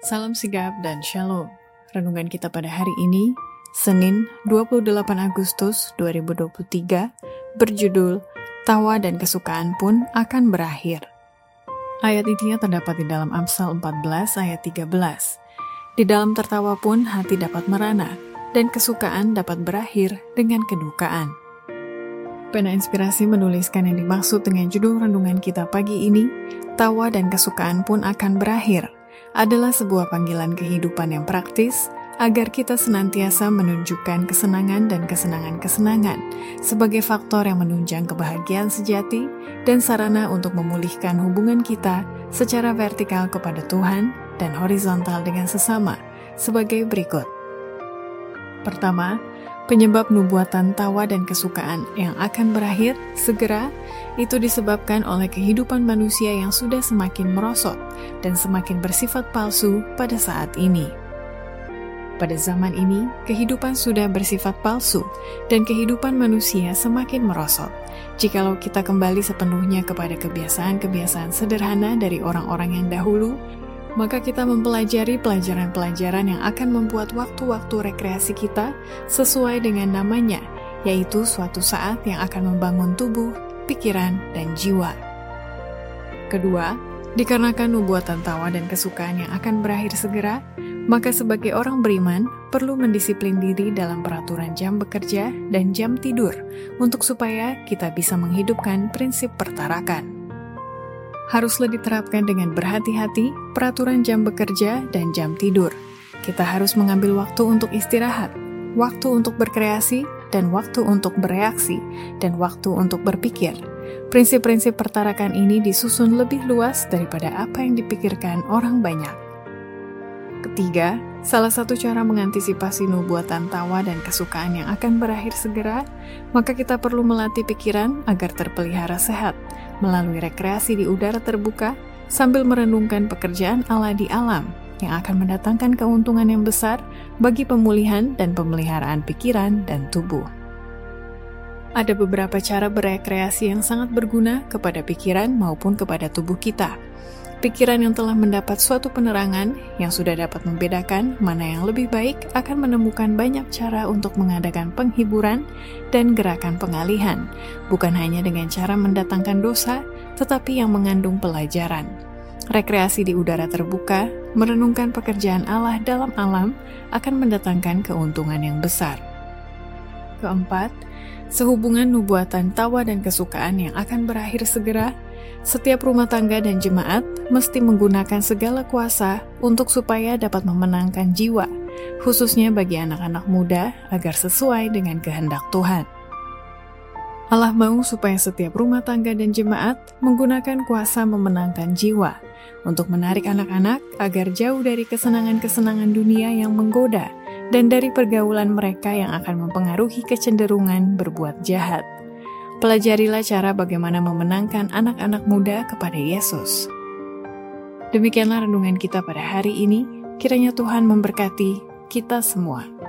Salam sigap dan shalom. Renungan kita pada hari ini, Senin 28 Agustus 2023, berjudul Tawa dan Kesukaan Pun Akan Berakhir. Ayat intinya terdapat di dalam Amsal 14 ayat 13. Di dalam tertawa pun hati dapat merana, dan kesukaan dapat berakhir dengan kedukaan. Pena Inspirasi menuliskan yang dimaksud dengan judul renungan kita pagi ini, Tawa dan Kesukaan Pun Akan Berakhir, adalah sebuah panggilan kehidupan yang praktis agar kita senantiasa menunjukkan kesenangan dan kesenangan-kesenangan sebagai faktor yang menunjang kebahagiaan sejati dan sarana untuk memulihkan hubungan kita secara vertikal kepada Tuhan dan horizontal dengan sesama sebagai berikut. Pertama, penyebab nubuatan tawa dan kesukaan yang akan berakhir segera itu disebabkan oleh kehidupan manusia yang sudah semakin merosot dan semakin bersifat palsu pada saat ini. Pada zaman ini, kehidupan sudah bersifat palsu dan kehidupan manusia semakin merosot. Jikalau kita kembali sepenuhnya kepada kebiasaan-kebiasaan sederhana dari orang-orang yang dahulu, maka kita mempelajari pelajaran-pelajaran yang akan membuat waktu-waktu rekreasi kita sesuai dengan namanya, yaitu suatu saat yang akan membangun tubuh, pikiran, dan jiwa. Kedua, dikarenakan nubuatan tawa dan kesukaan yang akan berakhir segera, maka sebagai orang beriman perlu mendisiplin diri dalam peraturan jam bekerja dan jam tidur untuk supaya kita bisa menghidupkan prinsip pertarakan. Haruslah diterapkan dengan berhati-hati peraturan jam bekerja dan jam tidur. Kita harus mengambil waktu untuk istirahat, waktu untuk berkreasi, dan waktu untuk bereaksi, dan waktu untuk berpikir. Prinsip-prinsip pertarakan ini disusun lebih luas daripada apa yang dipikirkan orang banyak. Ketiga, salah satu cara mengantisipasi nubuatan tawa dan kesukaan yang akan berakhir segera, maka kita perlu melatih pikiran agar terpelihara sehat, melalui rekreasi di udara terbuka, sambil merenungkan pekerjaan Allah di alam, yang akan mendatangkan keuntungan yang besar bagi pemulihan dan pemeliharaan pikiran dan tubuh. Ada beberapa cara berekreasi yang sangat berguna kepada pikiran maupun kepada tubuh kita. Pikiran yang telah mendapat suatu penerangan yang sudah dapat membedakan mana yang lebih baik akan menemukan banyak cara untuk mengadakan penghiburan dan gerakan pengalihan, bukan hanya dengan cara mendatangkan dosa, tetapi yang mengandung pelajaran. Rekreasi di udara terbuka, merenungkan pekerjaan Allah dalam alam akan mendatangkan keuntungan yang besar. Keempat, sehubungan nubuatan tawa dan kesukaan yang akan berakhir segera, setiap rumah tangga dan jemaat mesti menggunakan segala kuasa untuk supaya dapat memenangkan jiwa, khususnya bagi anak-anak muda agar sesuai dengan kehendak Tuhan. Allah mau supaya setiap rumah tangga dan jemaat menggunakan kuasa memenangkan jiwa untuk menarik anak-anak agar jauh dari kesenangan-kesenangan dunia yang menggoda dan dari pergaulan mereka yang akan mempengaruhi kecenderungan berbuat jahat. Pelajarilah cara bagaimana memenangkan anak-anak muda kepada Yesus. Demikianlah renungan kita pada hari ini. Kiranya Tuhan memberkati kita semua.